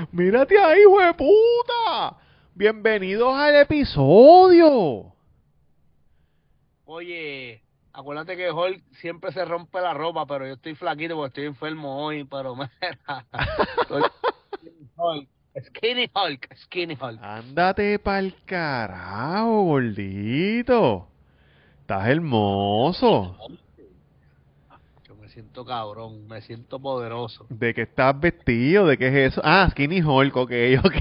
Mírate ahí, hijo de puta. Bienvenidos al episodio. Oye, acuérdate que Hulk siempre se rompe la ropa, pero yo estoy flaquito porque estoy enfermo hoy, pero mira, estoy Skinny Hulk, Skinny Hulk. Ándate pa'l carajo, gordito. Estás hermoso. Yo me siento cabrón, me siento poderoso. ¿De qué estás vestido? ¿De qué es eso? Ah, Skinny Hulk, ok.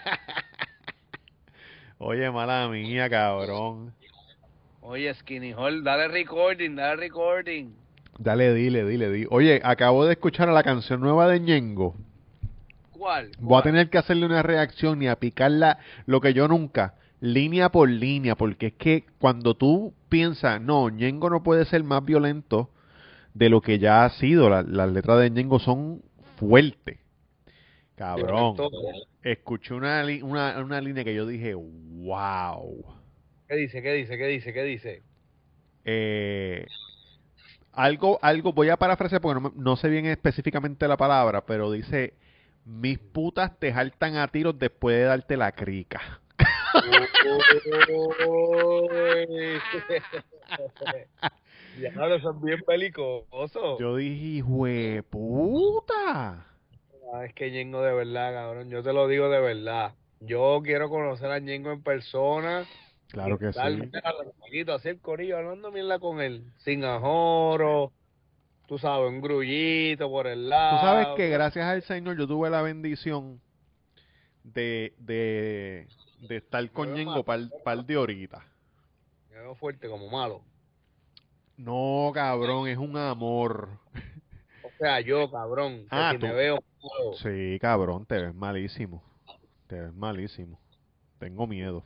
Oye, mala mía, cabrón. Oye, Skinny Hulk, dale recording, dale recording. Dale, dile. Oye, acabo de escuchar a la canción nueva de Ñengo. ¿Cuál? Voy a ¿Cuál? tener que hacerle una reacción y a picarla lo que yo nunca, línea por línea, porque es que cuando tú piensas, no, Ñengo no puede ser más violento de lo que ya ha sido, las letras de Ñengo son fuertes, cabrón. Violento. Escuché una línea que yo dije, wow. ¿Qué dice? ¿Qué dice? ¿Qué dice? ¿Qué dice? Eh, algo, voy a parafrasear porque no sé bien específicamente la palabra, pero dice, mis putas te jaltan a tiros después de darte la crica. Uy. Ya, eso es bien pelicoso. Yo dije, puta. Ah, es que Ñengo de verdad, cabrón, yo te lo digo de verdad. Yo quiero conocer a Ñengo en persona y Claro que estar, sí. mira, tranquilito, hacer corillo, hablando mierda con él, sin ajoro, tú sabes, un grullito por el Tú sabes lado. que gracias al Señor yo tuve la bendición de estar Me con veo Ñengo malo, par de horitas. me veo fuerte como malo. No, cabrón, es un amor. O sea, yo, cabrón, que Ah, si me tú. veo malo. Sí, cabrón, te ves malísimo. Te ves malísimo. Tengo miedo.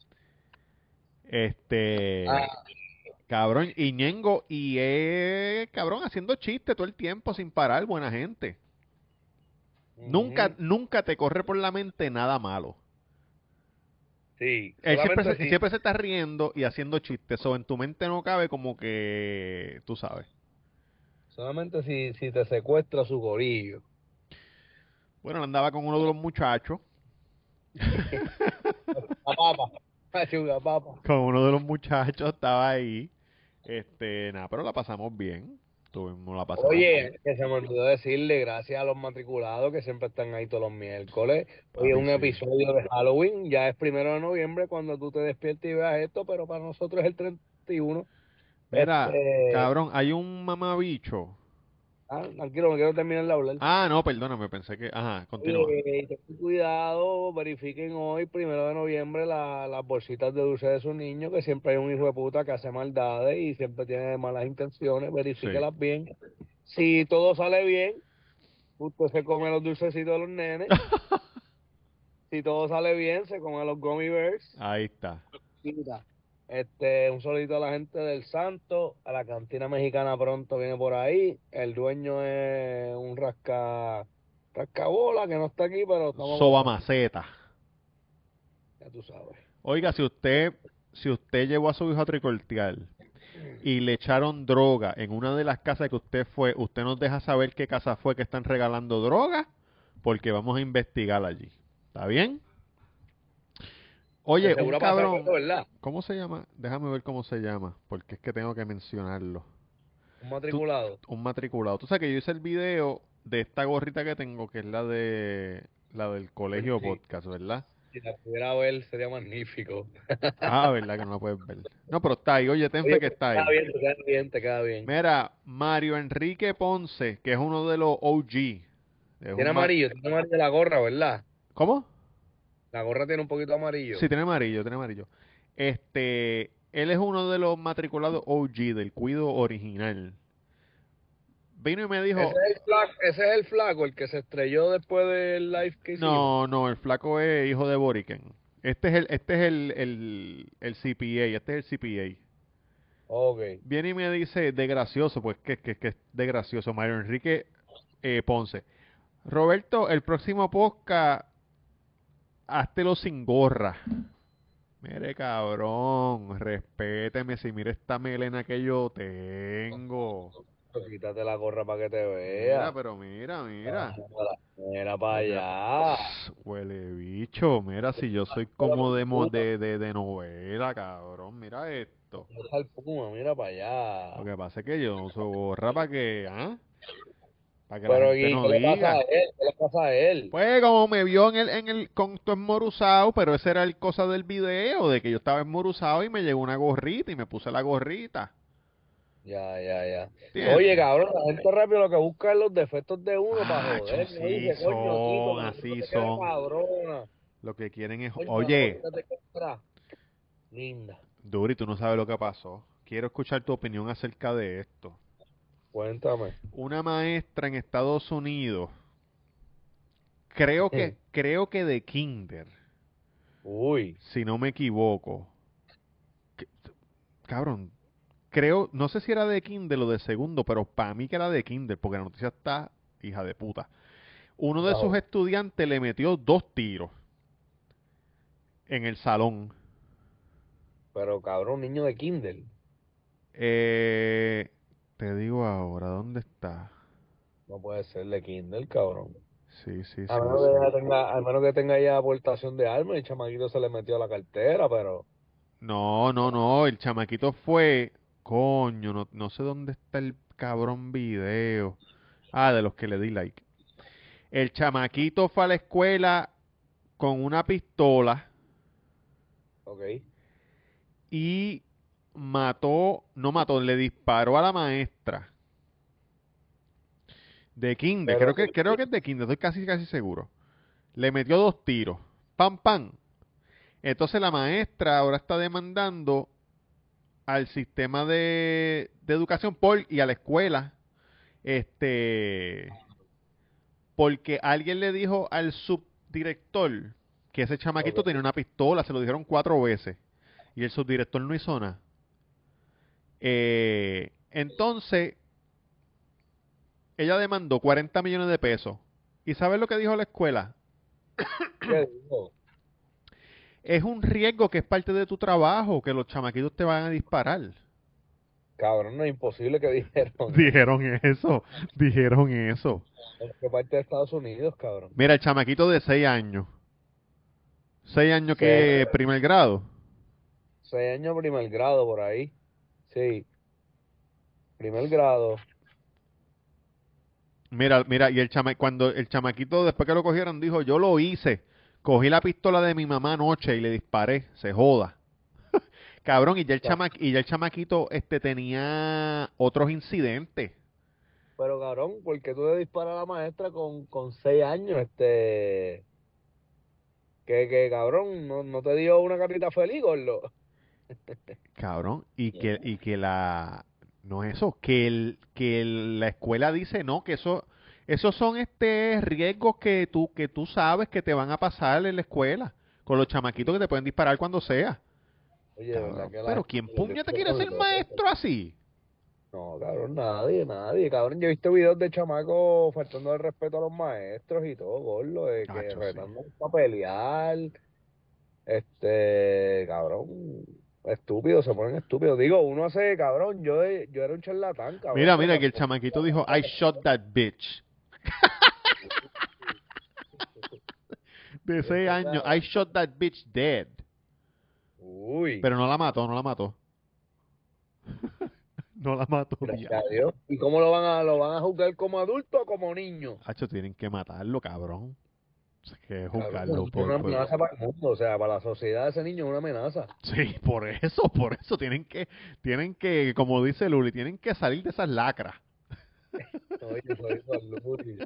Ah, Cabrón, y Ñengo, cabrón, haciendo chistes todo el tiempo sin parar, buena gente. ujú, Nunca te corre por la mente nada malo. sí, Él solamente si, siempre se está riendo y haciendo chistes. O en tu mente no cabe como que, tú sabes. solamente si te secuestra su corillo. Bueno, él andaba con uno de los muchachos. La papa, la chuga papa. Con uno de los muchachos estaba ahí. Nada, pero la pasamos bien. La pasamos bien. Oye, que se me olvidó decirle, gracias a los matriculados que siempre están ahí todos los miércoles. Hoy es Papi, un sí. episodio de Halloween, ya es 1 de noviembre cuando tú te despiertes y veas esto, pero para nosotros es el 31. Mira, Este, cabrón, hay un mamabicho. tranquilo, me quiero terminar de hablar. Ah, no, perdóname, pensé que. Ajá, continúa. Oye, ten cuidado, verifiquen hoy, 1 de noviembre, las bolsitas de dulce de su niño, que siempre hay un hijo de puta que hace maldades y siempre tiene malas intenciones, Sí. verifíquelas bien. Si todo sale bien, usted se come los dulcecitos de los nenes. Si todo sale bien, se come los gummy bears. Ahí está. Mira, un solito a la gente del Santo, a la cantina mexicana pronto viene por ahí. El dueño es un rascabola que no está aquí, pero estamos Soba gozando. maceta. Ya tú sabes. Oiga, si usted llevó a su hijo a tricortear y le echaron droga en una de las casas que usted fue, usted nos deja saber qué casa fue que están regalando droga, porque vamos a investigar allí. ¿Está bien? De Oye, un seguro pasa algo, cabrón, ¿verdad? ¿cómo se llama? Déjame ver cómo se llama, porque es que tengo que mencionarlo. Un Tú- matriculado. un matriculado. Tú sabes que yo hice el video de esta gorrita que tengo, que es la del Pues colegio sí, podcast, ¿verdad? si la pudiera ver sería magnífico. Ah, ¿verdad que no la puedes ver? No, pero está ahí. Oye, ten fe Oye, que pues, está te queda ahí. bien, te queda bien, te queda bien. Mira, Mario Enrique Ponce, que es uno de los OG. Es un Tiene amarillo la gorra, ¿verdad? ¿Cómo? La gorra tiene un poquito de amarillo. Sí, tiene amarillo, tiene amarillo. Él es uno de los matriculados OG del Cuido original. Vino y me dijo, Ese es el flaco, el que se estrelló después del live que hicimos. no, el flaco es hijo de Boriken. Este es el CPA, este es el CPA. Ok. Viene y me dice, de gracioso, pues que es de gracioso, Mario Enrique Ponce. Roberto, el próximo podcast, háztelo sin gorra. Mire, cabrón, respéteme si mire esta melena que yo tengo. Quítate la gorra para que te Mira, vea. pero mira. Mira para Mira, allá. huele bicho. Mira, si yo soy como de novela, cabrón. Mira esto. Mira el puma, mira para Lo allá. que pasa es que yo no uso gorra para que, ¿ah? Para que la Pero gente ¿y no qué le pasa a diga. él? ¿Qué le pasa a él? Pues como me vio con todo esmoruzado, pero ese era el cosa del video, de que yo estaba esmoruzado y me llegó una gorrita y me puse la gorrita. Ya. Oye, ¿Entiendes? cabrón, la gente rápido lo que busca es los defectos de uno para Acho, joder. No sí dice, coño, Tito, son, para que no así te quede son. cabrona. Lo que quieren es, Coño, la oye, gorrita te queda linda. Duri, tú no sabes lo que pasó. Quiero escuchar tu opinión acerca de esto. Cuéntame. Una maestra en Estados Unidos, creo que de kinder, Uy, si no me equivoco. Que- Cabrón, creo, no sé si era de kinder o de segundo, pero para mí que era de kinder, porque la noticia está hija de puta. Uno de sus bajo. estudiantes le metió 2 tiros en el salón. Pero cabrón, niño de Kindle. Eh, Te digo ahora, ¿dónde está? No puede ser de Kindle, cabrón. Sí. A menos que tenga ya aportación de arma, el chamaquito se le metió a la cartera, pero. No, el chamaquito fue, coño, no sé dónde está el cabrón video. Ah, de los que le di like. El chamaquito fue a la escuela con una pistola Ok. y no mató, le disparó a la maestra de kinder, Pero, creo que es de kinder, estoy casi seguro. Le metió 2 tiros, pam. Entonces la maestra ahora está demandando al sistema de educación y a la escuela, porque alguien le dijo al subdirector que ese chamaquito ok. tenía una pistola, se lo dijeron 4 veces, y el subdirector no hizo nada. Entonces, ella demandó 40 millones de pesos. ¿Y sabes lo que dijo la escuela? ¿Qué dijo? Es un riesgo que es parte de tu trabajo, que los chamaquitos te van a disparar. Cabrón, no es imposible que dijeron eso. Dijeron eso. ¿En qué parte de Estados Unidos, cabrón? Mira, el chamaquito de 6 años. 6 años Seis, que primer grado. 6 años primer grado por ahí. Sí, primer grado. Mira, y cuando el chamaquito, después que lo cogieron, dijo, yo lo hice. Cogí la pistola de mi mamá anoche y le disparé. Se joda. Cabrón, y ya el chamaquito tenía otros incidentes. Pero cabrón, ¿por qué tú le disparas a la maestra con 6 años? Que cabrón, no te dio una carita feliz, gordo. Cabrón, y que no eso, la escuela dice no, que esos son riesgos que tú sabes que te van a pasar en la escuela, con los chamaquitos que te pueden disparar cuando sea. Oye, de verdad Cabrón, que la pero gente ¿quién se le puñeta mete quiere con ser loco. maestro así? No, cabrón, nadie, cabrón. Yo he visto videos de chamacos faltando el respeto a los maestros y todo, gordo, de que Cacho, sí. retando para pelear. Cabrón, estúpido, se ponen estúpidos. Digo, uno hace, cabrón, yo era un charlatán, cabrón, Mira, pero que el tampoco. chamaquito dijo, I shot that bitch. De 6 años, I shot that bitch dead. Uy, Pero no la mató. No la mató, gracias a diablo. Dios. ¿Y cómo lo van a juzgar como adulto o como niño? Hacho, tienen que matarlo, cabrón. Es que Cabrón, juzgarlo es una amenaza para el mundo, o sea, para la sociedad ese niño es una amenaza. Sí, por eso tienen que, como dice Luli, tienen que salir de esas lacras. Oye, soy Luli.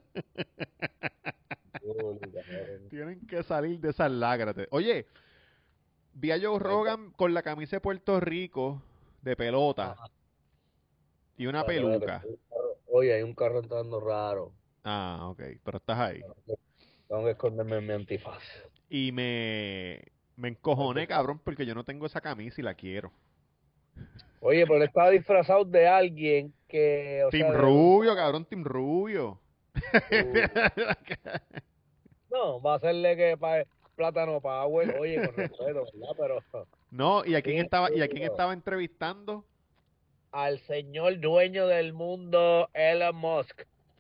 Luli, cabrón. Tienen que salir de esas lacras. Oye, vi a Joe Rogan con la camisa de Puerto Rico de pelota Ajá. y una Espérate, peluca. oye, hay un carro entrando raro. Ah, ok, pero estás ahí. Tengo que esconderme en mi antifaz. Y me encojoné, cabrón, porque yo no tengo esa camisa y la quiero. Oye, pero él estaba disfrazado de alguien que, o Team sea, de un. Rubio, cabrón, Team Rubio. uh, no, va a hacerle que plátano power. Oye, con respeto, ¿verdad? Pero No, ¿y a quién bien estaba, y a quién estúpido. estaba entrevistando? al señor dueño del mundo, Elon Musk.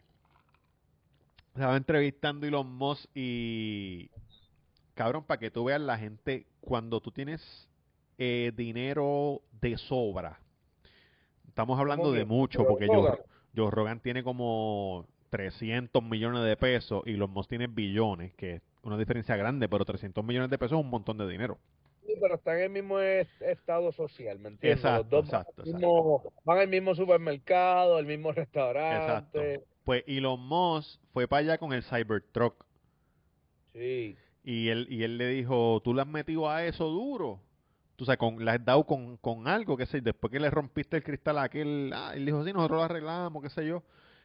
Estaba entrevistando Elon Musk y, cabrón, para que tú veas la gente, cuando tú tienes dinero de sobra, estamos ¿Cómo hablando de que? mucho, porque Joe Rogan tiene como 300 millones de pesos y Elon Musk tiene billones, que es una diferencia grande, pero 300 millones de pesos es un montón de dinero. Sí, pero están en el mismo estado social, ¿me entiendes? Los Exacto, dos exacto, exacto. van al mismo supermercado, al mismo Exacto. restaurante. Pues Elon Musk fue para allá con el Cybertruck Sí, y él le dijo, ¿tú le has metido a eso duro? Tú sabes, le has dado con algo, qué sé, después que le rompiste el cristal a aquel, él dijo, sí, nosotros lo arreglamos, qué sé yo.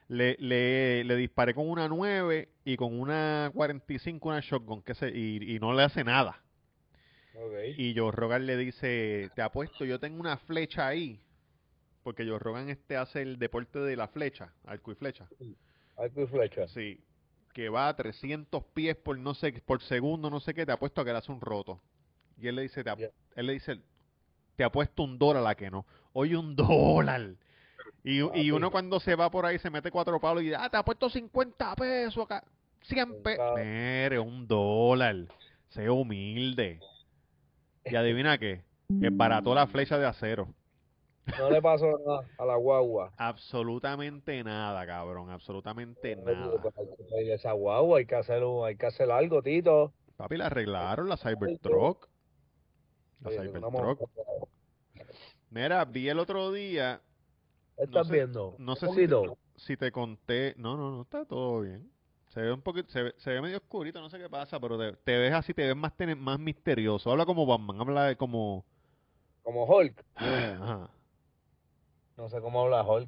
Le disparé con una 9 y con una 45 una shotgun, qué sé, y no le hace nada. ok. Y Joe Rogan le dice, te apuesto, yo tengo una flecha ahí, porque Joe Rogan hace el deporte de la flecha, arco y flecha. Sí. Arco y flecha. Sí, que va a 300 pies por no sé por segundo, no sé qué, te apuesto a que le hace un roto. Y él le dice, Ya. él le dice, te apuesto $1 a la que no. Oye, $1. Y Papi, uno cuando se va por ahí se mete 4 palos y dice, te apuesto 50 pesos acá. 100 pesos. nunca. Mere, $1. Sé humilde. Y adivina qué, barató la flecha de acero. No le pasó nada a la guagua. Absolutamente nada, cabrón, absolutamente Oye, nada. pues hay que pedir esa guagua, hay que hacer algo, Tito. Papi, la Hay que arreglaron, la hacer algo. Cybertruck. La Oye, una mujer. Cybertruck. Mira, vi el otro día, no ¿Estás sé, viendo? no Un sé poquito. si te conté, no, no, no, está todo bien. Se ve un poquito, se ve medio oscurito, no sé qué pasa, pero te ves así, te ves más misterioso. Habla como Batman, habla como... Como Hulk. Ajá. No sé cómo habla Hulk.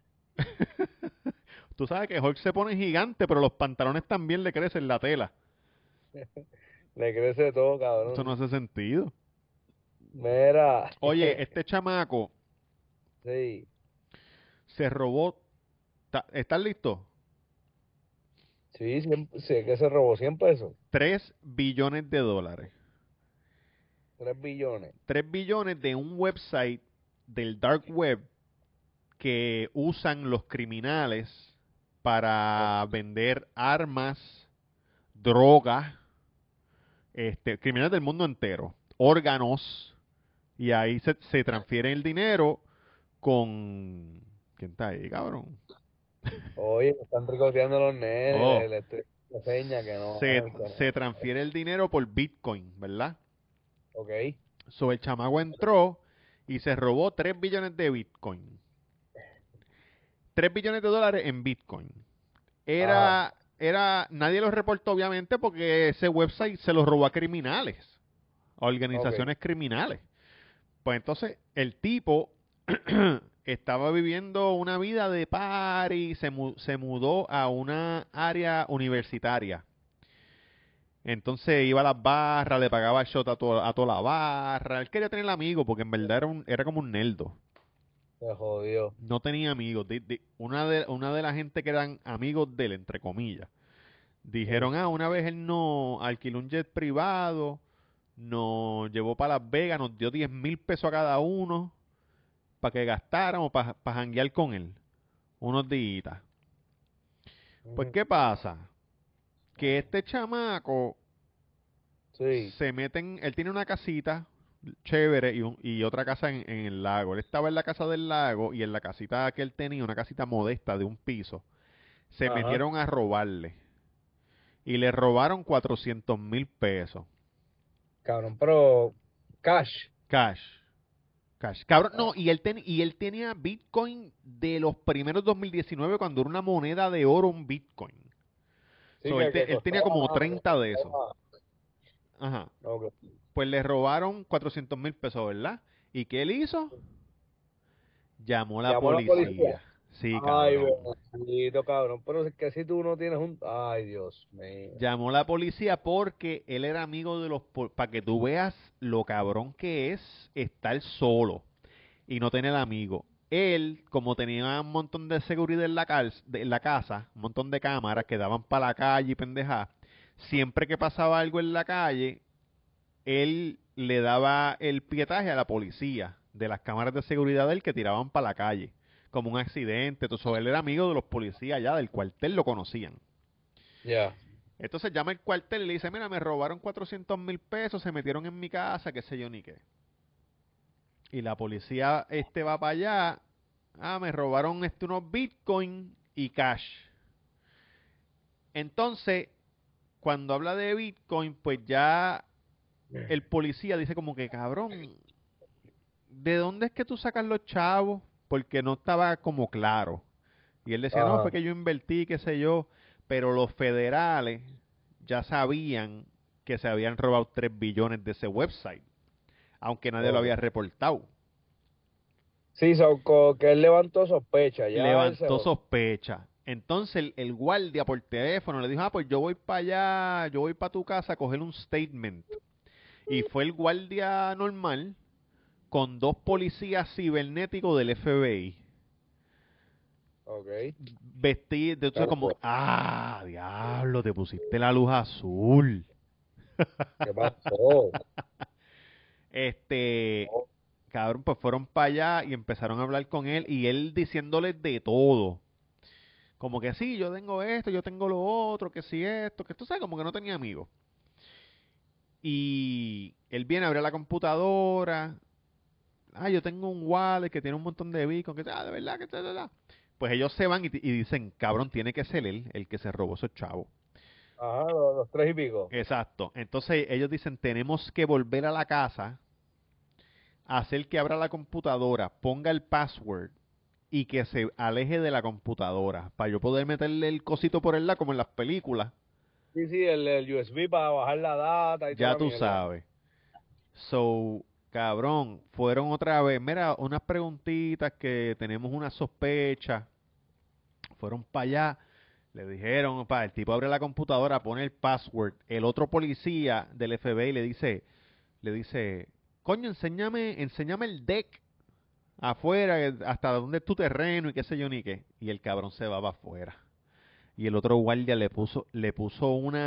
Tú sabes que Hulk se pone gigante, pero los pantalones también le crecen la tela. Le crece todo, Eso no cabrón. hace sentido. Mira. Oye, este chamaco Sí. se robó... ¿Estás listo? Sí, sí, que se robó 100 pesos. 3 billones de dólares. 3 billones. 3 billones de un website del dark web que usan los criminales Ok. para vender armas, drogas, criminales del mundo entero, órganos, y ahí se transfiere el dinero con... ¿Quién está ahí, cabrón? Oye, me están tricoteando los nenes. Oh, Le estoy haciendo seña que no. se, Que no. se transfiere el dinero por Bitcoin, ¿verdad? Ok. So el chamaco entró y se robó 3 billones de Bitcoin. 3 billones de dólares en Bitcoin. Ajá. Nadie lo reportó obviamente porque ese website se lo robó a criminales, a Ok. organizaciones criminales. Pues entonces el tipo estaba viviendo una vida de party, se mudó a una área universitaria. Entonces iba a las barras, le pagaba shot a toda la barra. Él quería tener amigos porque en verdad era como un nerdo. Se jodió. No tenía amigos. Una de la gente que eran amigos de él, entre comillas, Sí. dijeron, una vez él nos alquiló un jet privado, nos llevó para Las Vegas, nos dio 10,000 pesos a cada uno para que gastáramos, para janguear con él, unos días. Pues, Ujú. ¿qué pasa? Que este chamaco Sí. él tiene una casita chévere y otra casa en el lago. Él estaba en la casa del lago y en la casita que él tenía, una casita modesta de un piso, se Ajá. metieron a robarle y le robaron 400,000 pesos. Cabrón, pero cash. Cash. Cash. Cabrón, Ah, no, y él tenía Bitcoin de los primeros 2019 cuando era una moneda de oro un Bitcoin. sí, So, él, que él tenía costaba como nada, que 30 de esos. costaba. Ajá. Ok. Pues le robaron 400,000 pesos, ¿verdad? ¿Y qué él hizo? Llamó a la Llamó a la policía. policía. Sí, Ay, cabrón. bendito, cabrón. Pero es que si tú no tienes un. Ay, Dios mío. Llamó a la policía porque él era amigo de los... Para que tú veas lo cabrón que es estar solo y no tener amigos. Él, como tenía un montón de seguridad en la casa, un montón de cámaras que daban para la calle y pendeja, siempre que pasaba algo en la calle, él le daba el pietaje a la policía. de las cámaras de seguridad del que tiraban para la calle, como un accidente. Entonces él era amigo de los policías allá del cuartel, lo conocían. Ya. Entonces llama al cuartel y le dice, mira, me robaron 400,000 pesos, se metieron en mi casa, qué sé yo ni qué. Y la policía va para allá, me robaron unos bitcoin y cash. Entonces, cuando habla de bitcoin, pues ya el policía dice como que, cabrón, ¿de dónde es que tú sacas los chavos? Porque no estaba como claro. Y él decía, no, fue Ajá. que yo invertí, qué sé yo, pero los federales ya sabían que se habían robado 3 billones de ese website, aunque nadie lo Ok. había reportado. Sí, que él levantó sospecha, ya él se Levantó jodió. sospecha. Entonces el guardia por teléfono le dijo, pues yo voy para allá, yo voy para tu casa a coger un statement. Y fue el guardia normal con 2 policías cibernéticos del FBI. Ok. Vestidos, entonces como, diablo, te pusiste la luz azul. ¿Qué pasó? Este, cabrón, pues fueron para allá y empezaron a hablar con él y él diciéndoles de todo. Como que sí, yo tengo esto, yo tengo lo otro, que sí esto, que tú sabes, como que no tenía amigos. Y él viene a abrir la computadora. Yo tengo un wallet que tiene un montón de bitcoin, que de verdad que Pues ellos se van y dicen, cabrón, tiene que ser él el que se robó esos chavos. Ajá, los 3 y pico. Exacto. Entonces ellos dicen, tenemos que volver a la casa, hacer que abra la computadora, ponga el password y que se aleje de la computadora para yo poder meterle el cosito por el lado como en las películas. Sí, sí, el USB para bajar la data y toda Ya la tú mierda. sabes. So, cabrón, fueron otra vez, mira, unas preguntitas que tenemos una sospecha. Fueron para allá, le dijeron, el tipo abre la computadora, pone el password. El otro policía del FBI le dice, coño, enséñame el deck afuera, hasta dónde es tu terreno y qué sé yo ni qué. Y el cabrón se va para afuera. Y el otro guardia le puso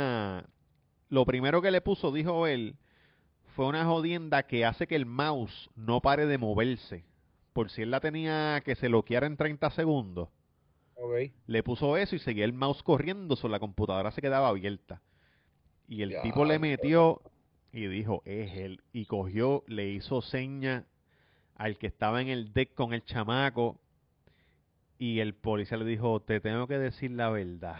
lo primero que le puso, dijo él, fue una jodienda que hace que el mouse no pare de moverse. Por si él la tenía que se bloqueara en 30 segundos. Ok. Le puso eso y seguía el mouse corriendo, so la computadora se quedaba abierta. Y el tipo le Ya. metió y dijo, es él. Y cogió, le hizo seña al que estaba en el deck con el chamaco. Y el policía le dijo, te tengo que decir la verdad.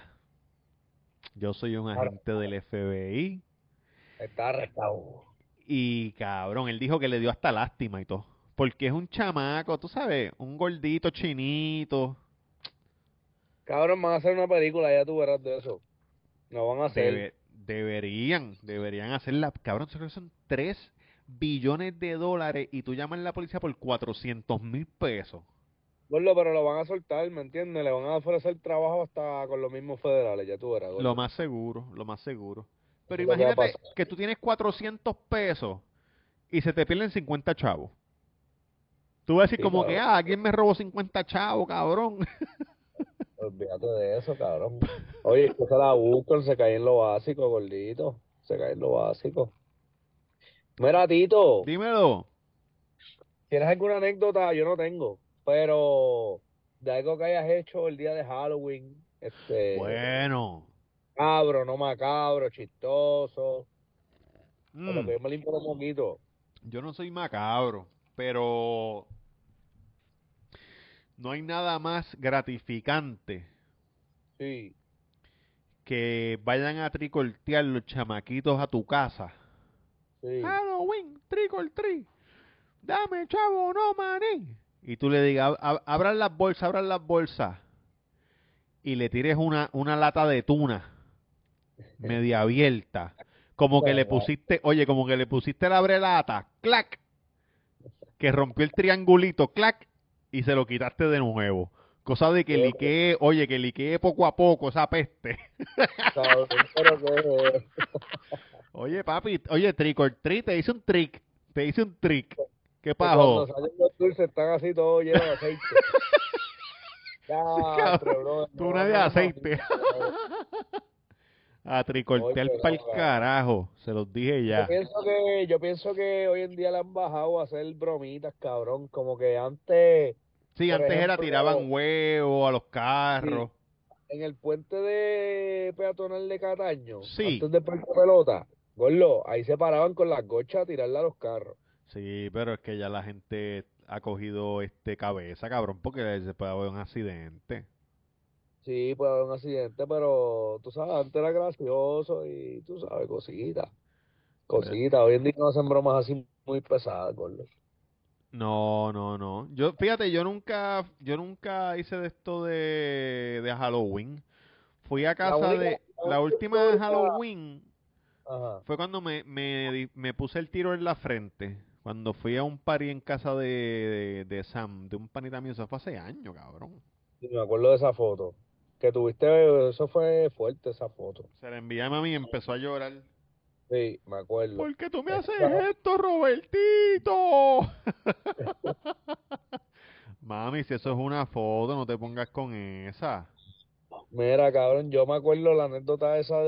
Yo soy un agente del FBI. Está arrestado. Y cabrón, él dijo que le dio hasta lástima y todo. Porque es un chamaco, tú sabes, un gordito chinito. Cabrón, van a hacer una película, ya tú verás de eso. No van a hacer. Deberían hacerla. Cabrón, son 3 billones de dólares y tú llamas a la policía por 400,000 pesos. Gordo, pero lo van a soltar, ¿me entiendes? Le van a ofrecer trabajo hasta con los mismos federales, ya tú verás, Lo gordo. más seguro, lo más seguro. Pero Eso es lo que va a imagínate pasar. que tú tienes 400 pesos y se te pierden 50 chavos. Tú vas a decir Sí, como que, cabrón. alguien me robó 50 chavos, cabrón. Olvídate de eso, cabrón. Oye, que se la buscan, se cae en lo básico, gordito. Se cae en lo básico. Mira, Tito, Dímelo. ¿tienes alguna anécdota? Yo no tengo, pero de algo que hayas hecho el día de Halloween, Bueno. cabro, no macabro, chistoso, o lo mm, que yo me limpo un poquito. yo no soy macabro, pero no hay nada más gratificante Sí, que vayan a tricortear los chamaquitos a tu casa. sí. Halloween, trick or treat. Dame, chavo, no maní. Y tú le digas, abran las bolsas. Y le tires una lata de tuna media abierta. Como que le Ajá. pusiste, oye, como que le pusiste la abrelata, clac, que rompió el triangulito, clac, y se lo quitaste de nuevo. Cosa de que Qué liquee, oye, que liquee poco a poco esa peste. cabrón, pero qué. Oye, papi, oye, trick or treat, te hice un trick. ¿Qué Que cuando pajo? salen los dulces están así todos llenos de aceite. Ya, Cabrón, bro, tuna no, de no es mamita, aceite. bro. A Oye, tricortear no, pa'l carajo. Se los dije ya. yo pienso que hoy en día le han bajado a hacer bromitas, cabrón. Como que antes, Sí, por antes era ejemplo, tiraban huevos a los sí, carros. en el puente de peatonal de Cataño, Sí, antes del parque pelota, gordo, ahí se paraban con las gochas a tirarle a los carros. sí, pero es que ya la gente ha cogido cabeza, cabrón, porque se puede haber un accidente. Sí, puede haber un accidente, pero tú sabes, antes era gracioso y tú sabes, cositas, Pues, cositas. Hoy en día no hacen bromas así muy pesadas, gordo. no, no, no. Yo, fíjate, yo nunca hice de esto de Halloween. Fui a La casa única, de, la la única última historia, Halloween ajá, fue cuando me puse el tiro en la frente. Cuando fui a un party en casa de Sam, de un panita mío, eso fue hace años, cabrón. sí, me acuerdo de esa foto. Que tuviste, eso fue fuerte esa foto. Se la envié a mami y empezó a llorar. Sí, me acuerdo. ¿Por qué tú me Eso haces fue- esto, Robertito? Mami, si eso es una foto, no te pongas con esa. Mira, cabrón, yo me acuerdo la anécdota esa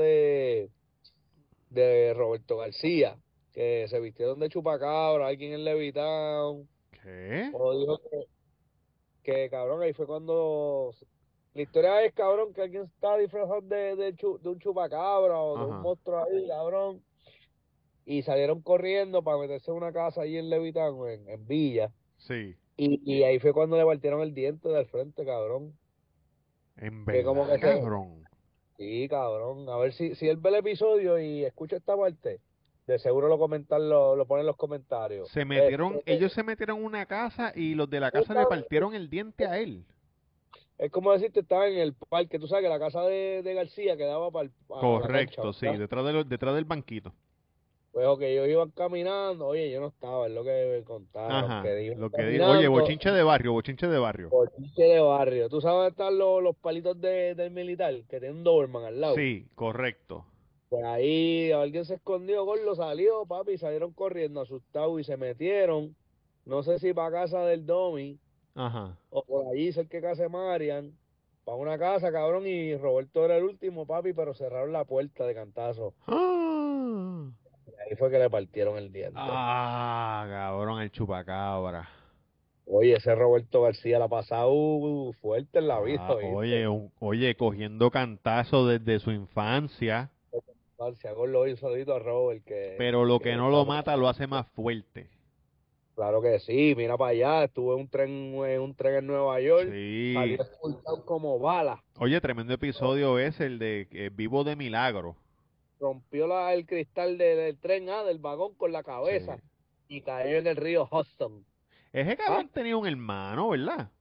de Roberto García, que se vistieron de chupacabra, alguien en Levitown, ¿Qué? o dijo que, cabrón, ahí fue cuando... La historia es, cabrón, que alguien está disfrazado de un chupacabra o de un Ajá, monstruo ahí, cabrón, y salieron corriendo para meterse en una casa ahí en Levitown, en Villa, sí. y ahí fue cuando le partieron el diente del frente, cabrón, En que como verdad, que se... cabrón. Sí, cabrón, a ver si él ve el episodio y escucha esta parte, de seguro lo pone en los comentarios. Ellos se metieron en una casa y los de la casa le partieron el diente a él. Es como decirte, estaba en el parque, tú sabes que la casa de García quedaba para la cancha, Correcto, sí, ¿verdad? detrás del banquito. Pues ok, ellos iban caminando, oye, yo no estaba, es lo que me contaron, Ajá, que iban lo que digo, oye, caminando, bochinche de barrio, bochinche de barrio. por pinche de barrio. ¿Tú sabes dónde están los palitos del militar, que tienen un Doberman al lado? Sí, correcto. Pues ahí alguien se escondió, lo salió, papi, y salieron corriendo asustados y se metieron, no sé si para casa del Domi Ajá. o por allí cerca de casa de Marian, para una casa, cabrón, y Roberto era el último, papi, pero cerraron la puerta de cantazo. Ah, Ahí fue que le partieron el diente. cabrón, el chupacabra. Oye, ese Roberto García la ha pasado fuerte en la vida, Oye, ¿viste? oye, cogiendo cantazo desde su infancia, Si hago lo hizo solito a Robert, pero lo que no lo mata lo hace más fuerte. claro que sí, mira para allá, estuve en un tren en Nueva York, salió Sí. expulsado como bala, Oye, tremendo episodio es el de Vivo de Milagro. rompió el cristal del tren, del vagón con la Sí. cabeza y cayó en el río Hudson. Ese Ah, cabrón tenía un hermano, ¿verdad?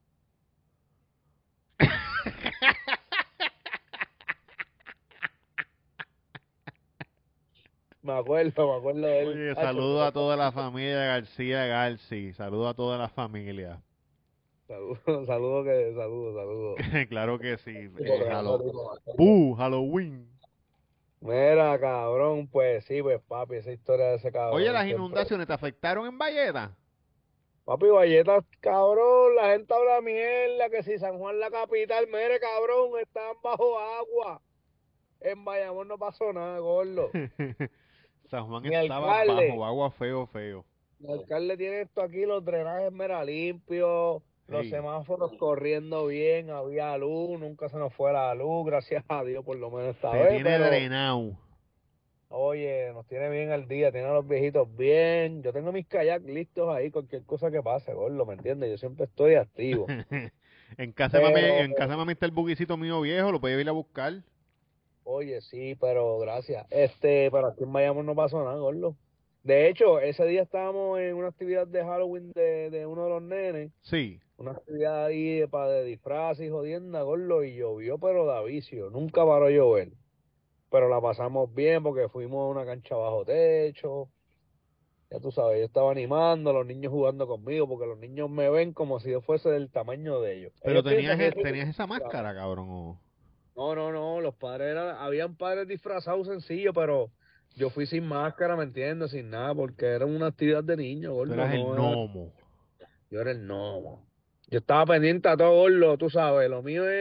me acuerdo de él. Oye, Hacho, saludo a toda la familia García Garci. Saludo a toda la familia. saludos, saludos. Claro que sí. Tipo, tremendo tipo. Halloween. Mira, cabrón, pues sí, pues papi, esa historia de ese Oye, cabrón las siempre. inundaciones te afectaron en Valleta. Papi, galletas, cabrón, la gente habla mierda, que si San Juan la capital, mire, cabrón, están bajo agua. En Bayamón no pasó nada, gordo. San Juan Mi estaba bajo alcalde, agua feo, feo. mi alcalde tiene esto aquí, los drenajes mera limpios, los Sí. semáforos corriendo bien, había luz, nunca se nos fue la luz, gracias a Dios por lo menos esta Te vez, tiene pero drenado. oye, nos tiene bien al día, tiene a los viejitos bien. Yo tengo mis kayaks listos ahí, cualquier cosa que pase, gordo, ¿me entiendes? Yo siempre estoy activo. Pero, En casa de mami está el buguicito mío viejo, lo puede ir a buscar. oye, sí, pero gracias. Pero aquí en Miami no pasó nada, gordo. De hecho, ese día estábamos en una actividad de Halloween de uno de los nenes, Sí. una actividad ahí para de disfraces y jodienda, gordo, y llovió, pero da vicio, nunca paró de llover. Pero la pasamos bien porque fuimos a una cancha bajo techo. Ya tú sabes, yo estaba animando, los niños jugando conmigo, porque los niños me ven como si yo fuese del tamaño de ellos. Pero Ellos piensan que yo soy tenías esa disfrazado. máscara, cabrón. No, no, no, los padres habían padres disfrazados sencillos, pero yo fui sin máscara, ¿me entiendes? Sin nada, porque era una actividad de niños, Tú gordo, eras el no era, gnomo. yo era el no. Yo estaba pendiente a todo, gordo, tú sabes, lo mío es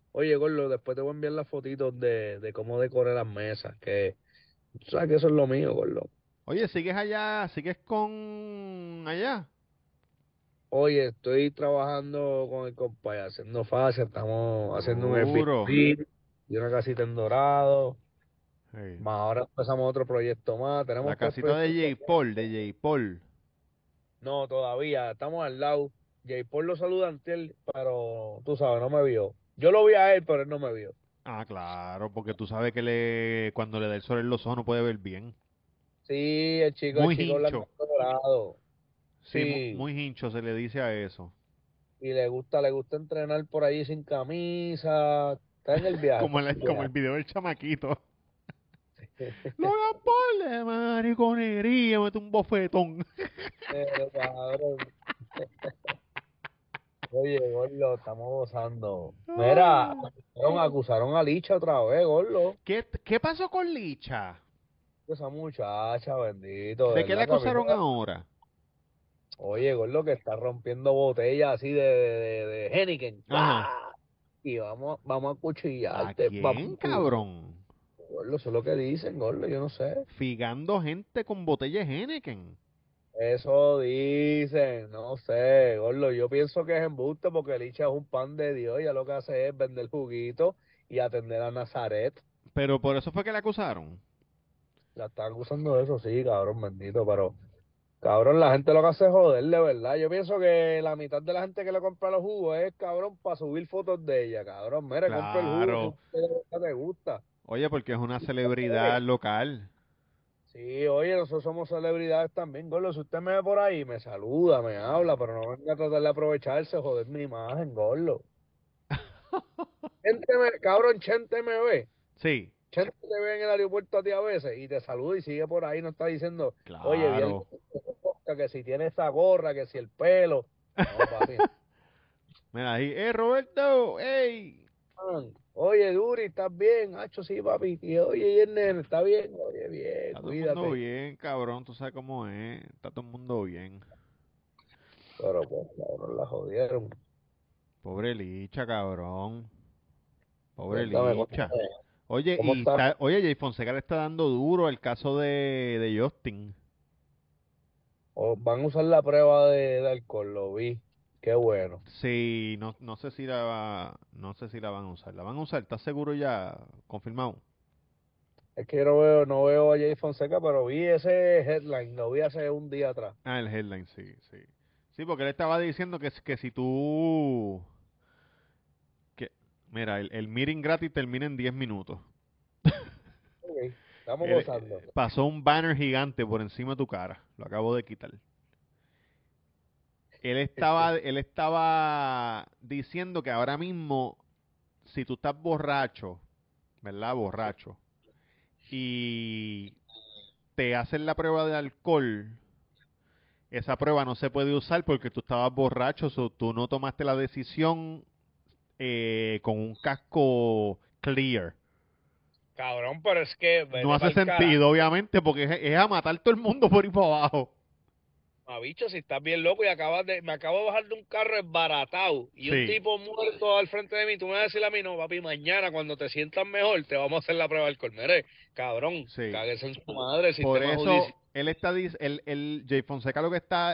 Oye, Gordo, después te voy a enviar las fotitos de cómo decoré las mesas, que tú sabes que eso es lo mío, Gordo. Oye, ¿sigues allá? ¿Sigues con allá? Oye, estoy trabajando con el compadre, haciendo fácil, estamos haciendo un Duro. Airbnb y una casita en Dorado, Sí. más ahora empezamos otro proyecto más, La tenemos tres casita proyectos. De J. Paul. No, todavía, estamos al lado. Jay Paul lo saluda ante él, pero tú sabes, no me vio. Yo lo vi a él, pero él no me vio. Ah, claro, porque tú sabes que cuando le da el sol en los ojos no puede ver bien. Sí, el Muy chico hincho. blanco dorado. Sí, Sí, muy hincho se le dice a eso. y le gusta entrenar por ahí sin camisa. Está en el viaje, está en el Como el viaje. video del chamaquito. Logan Paul de mariconería, mete un bofetón. Pero, cabrón, oye, Gordo, estamos gozando. Mira, Ah. acusaron a Licha otra vez, Gordo. ¿Qué pasó con Licha? Esa muchacha, bendito, ¿De de qué le verdad que a mí acusaron ahora? oye, Gordo, que está rompiendo botellas así de Heineken. Ajá. ¡Guau! Y vamos a ¿A cuchillarte, vamos quién, a cuchillar. cabrón? Gordo, eso es lo que dicen, Gordo, yo no sé. Figando gente con botellas Henneken. Eso dicen, no sé, Gordo. Yo pienso que es embuste porque Licha es un pan de Dios y ya lo que hace es vender juguito y atender a Nazaret. Pero por eso fue que le acusaron. La están acusando de eso, sí, cabrón, bendito, pero cabrón, la gente lo que hace es joder, de verdad. Yo pienso que la mitad de la gente que le compra los jugos es, cabrón, para subir fotos de ella, cabrón. Mire, compra el jugo si Claro. usted de verdad te gusta. Oye, porque es una celebridad Eh, local. Sí, oye, nosotros somos celebridades también, Gordo. Si usted me ve por ahí, me saluda, me habla, pero no venga a tratar de aprovecharse, joder mi imagen, Gordo. Cabrón, Chente me ve. Sí, Chente te ve en el aeropuerto a ti a veces y te saluda y sigue por ahí, no está diciendo, oye, vi el claro. que si tiene esa gorra, que si el pelo. No, papi. Mira ahí, Roberto! ¡Ey! Oye, Duri, ¿estás bien? Hacho, sí, papi. Y oye, y el nene, ¿está bien? Oye, bien, Está todo el mundo cuídate. bien, cabrón. Tú sabes cómo es. Está todo el mundo bien. Pero pues, cabrón, la jodieron. Pobre Licha, cabrón. Pobre Cuéntame, Licha. cuéntame, Oye, ¿cómo está? oye, Jay Fonseca le está dando duro al caso de Justin. Van a usar la prueba de alcohol, lo vi. Qué bueno. Sí, no sé si no sé si la van a usar. ¿La van a usar? ¿Estás seguro ya? Confirmado. Es que yo no veo a Jay Fonseca, pero vi ese headline, lo vi hace un día atrás. Ah, el headline, sí, sí. Sí, porque él estaba diciendo que si tú... Que, mira, el meeting gratis termina en 10 minutos. Ok, estamos gozando. Pasó un banner gigante por encima de tu cara. Lo acabo de quitar. Él estaba diciendo que ahora mismo, si tú estás borracho, ¿verdad? Borracho, y te hacen la prueba de alcohol, esa prueba no se puede usar porque tú estabas borracho, o tú no tomaste la decisión con un casco clear. Cabrón, pero es que No vete hace para el carajo. sentido, obviamente, porque es a matar todo el mundo por ir para abajo. Bicho, si estás bien loco y me acabo de bajar de un carro esbaratado y un Sí, tipo muerto al frente de mí, tú me vas a decir a mí, no, papi, mañana cuando te sientas mejor te vamos a hacer la prueba del colmere. Cabrón, sí. cáguese en su madre, Por sistema eso judicial. él está, Jay Fonseca lo que está,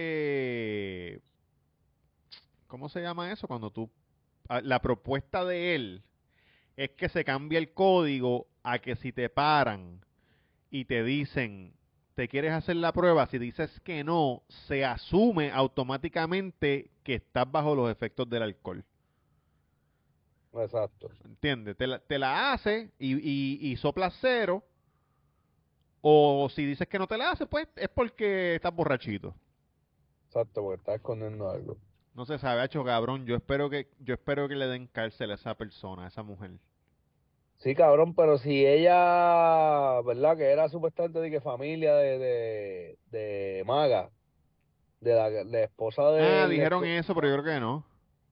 ¿cómo se llama eso? Cuando la propuesta de él es que se cambie el código a que si te paran y te dicen, ¿te quieres hacer la prueba? Si dices que no, se asume automáticamente que estás bajo los efectos del alcohol. Exacto, ¿Entiendes? Te la hace y soplas cero. O si dices que no te la hace, pues es porque estás borrachito. exacto, porque estás escondiendo algo. No se sabe, hecho cabrón. Yo espero que le den cárcel a esa persona, a esa mujer. Sí, cabrón, pero si ella, ¿verdad? Que era supuestamente de que familia de Maga, de la esposa Ah, del dijeron esposo, eso, pero yo creo que no.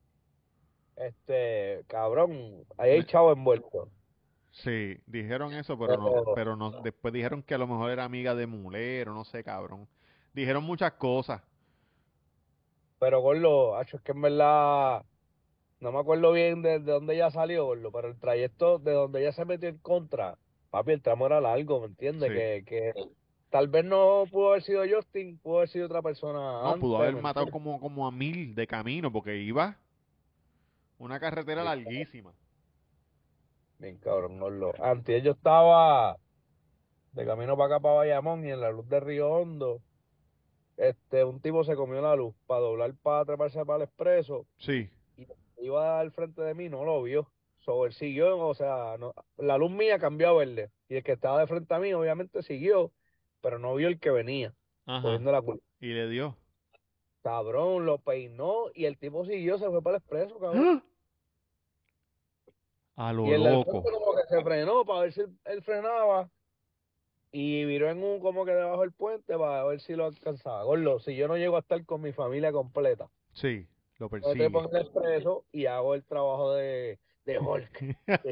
cabrón, ahí hay Le- chavo envuelto. sí, dijeron eso, Pero, pero no. Después dijeron que a lo mejor era amiga de Mulero, no sé, cabrón. Dijeron muchas cosas. pero Gordo, hacho, es que en verdad no me acuerdo bien de dónde ella salió, gordo, pero el trayecto de donde ella se metió en contra, papi, el tramo era largo, ¿me entiendes? Sí. Que tal vez no pudo haber sido Justin, pudo haber sido otra persona No, pudo antes, haber ¿me matado entiendes? como a 1000 de camino porque iba una carretera larguísima. Bien cabrón, gordo. Antes yo estaba de camino para acá, para Bayamón, y en la luz de Río Hondo, un tipo se comió la luz para doblar, para treparse para el expreso, Sí. y iba al frente de mí, no lo vio. So, él siguió, o sea, la luz mía cambió a verde. Y el que estaba de frente a mí, obviamente, siguió, pero no vio el que venía, Ajá. cogiendo la culpa. Y le dio. Cabrón, lo peinó y el tipo siguió, se fue para el expreso, cabrón. ¡Ah! A lo Y el del loco. frente como que se frenó para ver si él frenaba y viró en como que debajo del puente para ver si lo alcanzaba. Gordo, si yo no llego a estar con mi familia completa, Sí, lo yo te persigue. pongo el expreso y hago el trabajo de Hulk.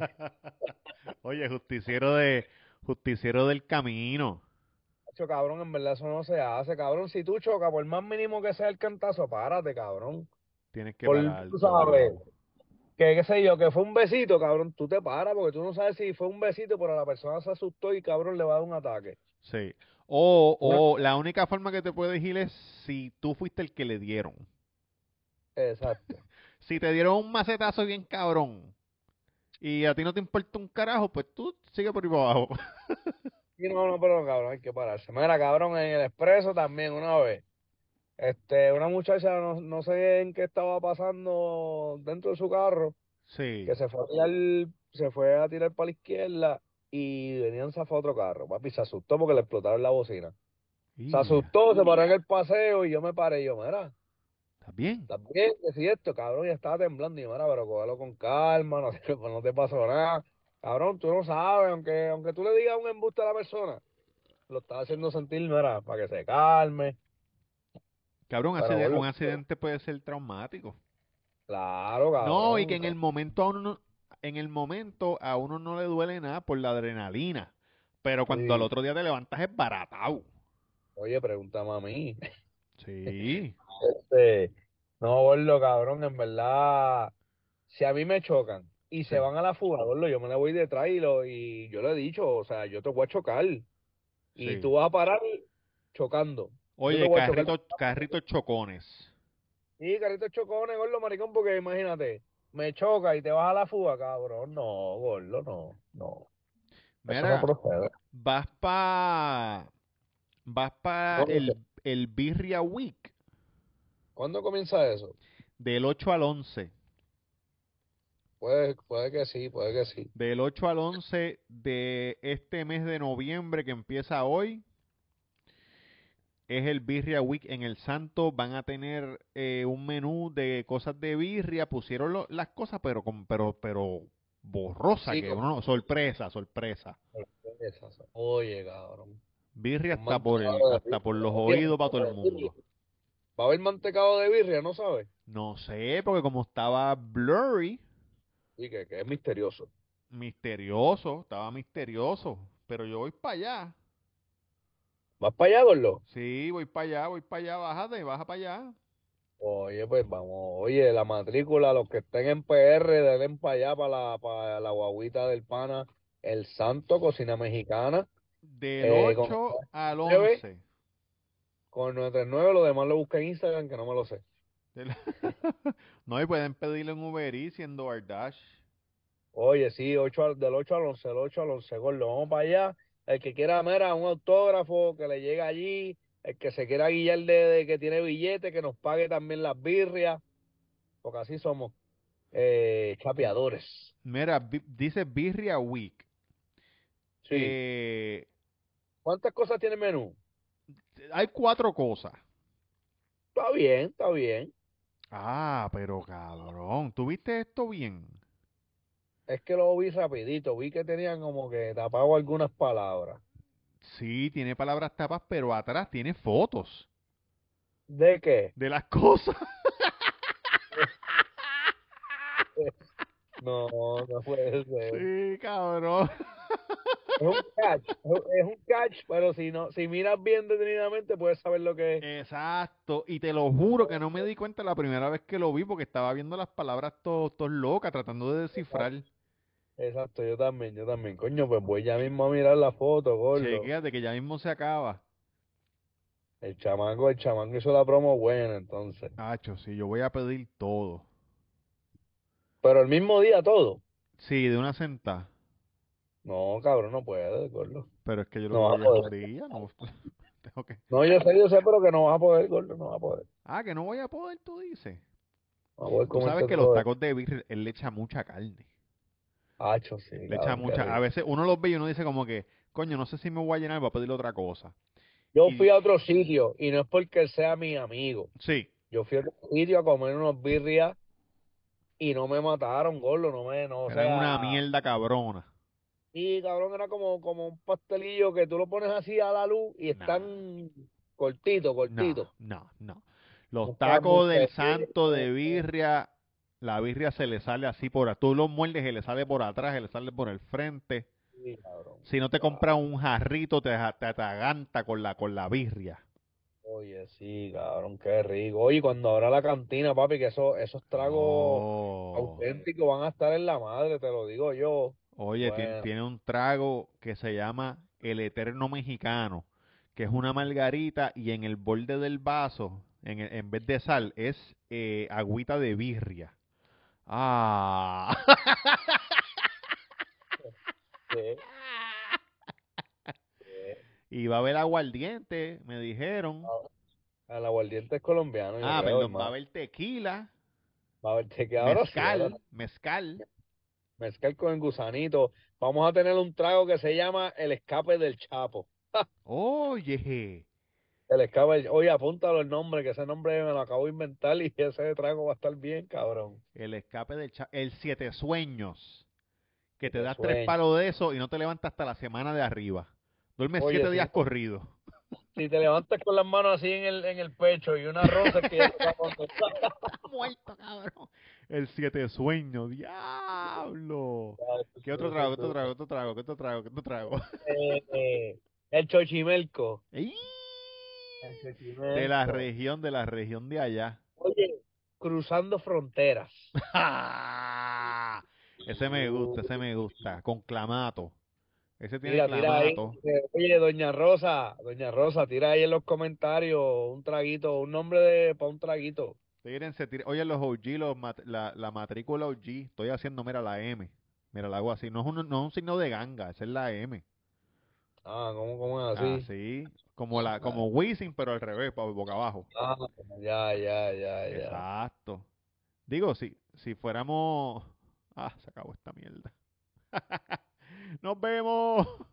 Oye, justiciero del camino. Hacho, cabrón, en verdad eso no se hace, cabrón. Si tú chocas, por más mínimo que sea el cantazo, párate, cabrón. Tienes que Por, tú pararte, sabes, obligado. que qué sé yo, que fue un besito, cabrón, tú te paras porque tú no sabes si fue un besito, pero la persona se asustó y cabrón le va a dar un ataque. Sí. Una, O la única forma que te puedes ir es si tú fuiste el que le dieron. exacto. Si te dieron un macetazo bien cabrón y a ti no te importa un carajo, pues tú sigue por ahí para abajo. Y no, no, pero cabrón, hay que pararse. Mira, cabrón, en el expreso también una vez. Una muchacha, no sé en qué estaba pasando dentro de su carro, Sí. que se fue a tirar para la izquierda y venían zafar otro carro. Papi, se asustó porque le explotaron la bocina. Se Y asustó, se paró en el paseo y yo me paré. Y yo, mira, ¿estás bien? ¿estás bien? ¿Qué es esto? Cabrón, ya estaba temblando. Y yo, mira, pero cógelo con calma, no te pasó nada. Cabrón, tú no sabes, aunque tú le digas un embuste a la persona, lo estás haciendo sentir, mira, para que se calme. Cabrón, Pero, bueno, un accidente puede ser traumático. claro, No, y que cabrón. en el momento a uno en el momento a uno no le duele nada por la adrenalina. Pero cuando al Sí. otro día te levantas es baratao. Oye, pregúntame a mí. Sí, Este, no, gordo, cabrón, en verdad, si a mí me chocan y se sí, van a la fuga, gordo, yo me la voy detrás y yo le he dicho, o sea, yo te voy a chocar y sí. tú vas a parar chocando. Yo te Oye, voy a chocar. carritos chocones. Sí, carrito chocones, gordo, maricón, porque imagínate, me choca y te vas a la fuga, cabrón. No, gordo, no, no. Eso no Mira, procede. vas pa vas pa ¿Dónde? el Birria Week ¿Cuándo comienza eso? del 8 al 11. Puede que sí, puede que sí. Del 8 al 11 de este mes de noviembre que empieza hoy. Es el Birria Week en el Santo. Van a tener un menú de cosas de birria. Pusieron las cosas, pero borrosa, Sí, que uno, sorpresa, sorpresa. esas. Oye, cabrón. Birria Un mantecado de hasta por los birria. oídos para todo el mundo. Va a haber mantecado de birria, ¿no sabes? No sé, porque como estaba blurry, Sí, que es misterioso. estaba misterioso. Pero yo voy para allá. ¿Vas para allá, Gordo? Sí, voy para allá, bájate, baja para allá. Oye, pues vamos. Oye, la matrícula, los que estén en PR, den para allá, para la guaguita del pana. El Santo, cocina mexicana. Del Con 8 al 9, 11. con 939, lo demás lo busca en Instagram, que no me lo sé. Del- No, y pueden pedirlo en Uber Eats y en DoorDash. Oye, sí, del 8 al 11, del 8 al 11, gordo, vamos para allá. El que quiera, mira, un autógrafo, que le llegue allí. El que se quiera guiar de que tiene billete, que nos pague también las birrias, porque así somos chapeadores. Mira, dice Birria Week. Sí. Eh, ¿Cuántas cosas tiene el menú? hay cuatro cosas. Está bien, está bien. Ah, pero cabrón, ¿tuviste esto bien? Es que lo vi rapidito, vi que tenían como que tapado algunas palabras. Sí, tiene palabras tapas, pero atrás tiene fotos ¿De qué? de las cosas. No, no puede ser. Sí, cabrón. Es un catch, es un catch, pero si miras bien detenidamente puedes saber lo que es. Exacto, y te lo juro que no me di cuenta la primera vez que lo vi porque estaba viendo las palabras todo locas, tratando de descifrar. Exacto, yo también. Coño, pues voy ya mismo a mirar la foto, gordo. Chequéate que ya mismo se acaba. El chamaco hizo la promo buena, entonces. Hacho, sí, yo voy a pedir todo. Pero el mismo día todo. Sí, de una sentada. No, cabrón, no puede, gordo. Pero es que yo lo No quiero vas a en estos poder. días, no. Tengo que... No, yo sé, pero que no vas a poder, gordo, no vas a poder. Ah, que no voy a poder, tú dices. No vas a poder Tú sabes comerte que los todo eso. tacos de birria, él le echa mucha carne. Hacho, sí, Le echa cabrón, qué mucha. A rico. veces uno los ve y uno dice como que, coño, no sé si me voy a llenar, voy a pedir otra cosa. Yo fui Y a otro sitio y no es porque él sea mi amigo. sí, Yo fui a otro sitio a comer unos birrias y no me mataron, gordo, no me, no, o eran una sea, mierda cabrona. y cabrón, era como un pastelillo que tú lo pones así a la luz y Nah, están cortito, no, cortito. no, no. No Los estaban tacos mucho del de santo de birria, la birria se le sale así tú los muerdes y le sale por atrás, y le sale por el frente. sí, cabrón. Si no te compras Wow. un jarrito, te atraganta con la birria. Oye, sí, cabrón, qué rico. Oye, cuando abra la cantina, papi, que esos tragos Oh, auténticos van a estar en la madre, te lo digo yo. oye, Bueno, tiene un trago que se llama el Eterno Mexicano, que es una margarita y en el borde del vaso, en vez de sal, es agüita de birria. Ah. sí, sí. Y va a haber aguardiente, me dijeron. El aguardiente es colombiano, yo Ah, creo, perdón, va a hermano. haber tequila, Va a ver, te queda ahora sí, ahora mezcal, mezcal. mezcal con el gusanito. Vamos a tener un trago que se llama el escape del Chapo. Oye, El escape, oye, apúntalo el nombre, que ese nombre me lo acabo de inventar y ese trago va a estar bien, cabrón. el escape el siete sueños, que Que te te das tres sueñe. palos de eso y no te levantas hasta la semana de arriba. Duermes Oye, 7 días corridos. si te levantas con las manos así en el pecho y una rosa es que ya te va a contestar. Está muerto, cabrón. El siete sueños, diablo. ¿Qué otro trago? ¿Qué otro trago? ¿Qué otro trago? ¿Qué otro trago? ¿Qué otro trago? El chochimelco. ¡Ih! El chochimelco. De la región de allá. Oye, cruzando fronteras. Ese me gusta, ese me gusta. Con clamato. Ese tiene Tira ahí. clamato. Oye, Doña Rosa, tira ahí en los comentarios un traguito, un nombre de para un traguito. Tírense, oye, los OG, la matrícula OG. Estoy haciendo, mira, la M. Mira, la hago así. No es un signo de ganga, esa es la M. Ah, ¿cómo es así? Así, Ah, como Wisin, pero al revés, boca abajo. ah, ya. Exacto. Digo, si fuéramos... Ah, se acabó esta mierda. Nos vemos.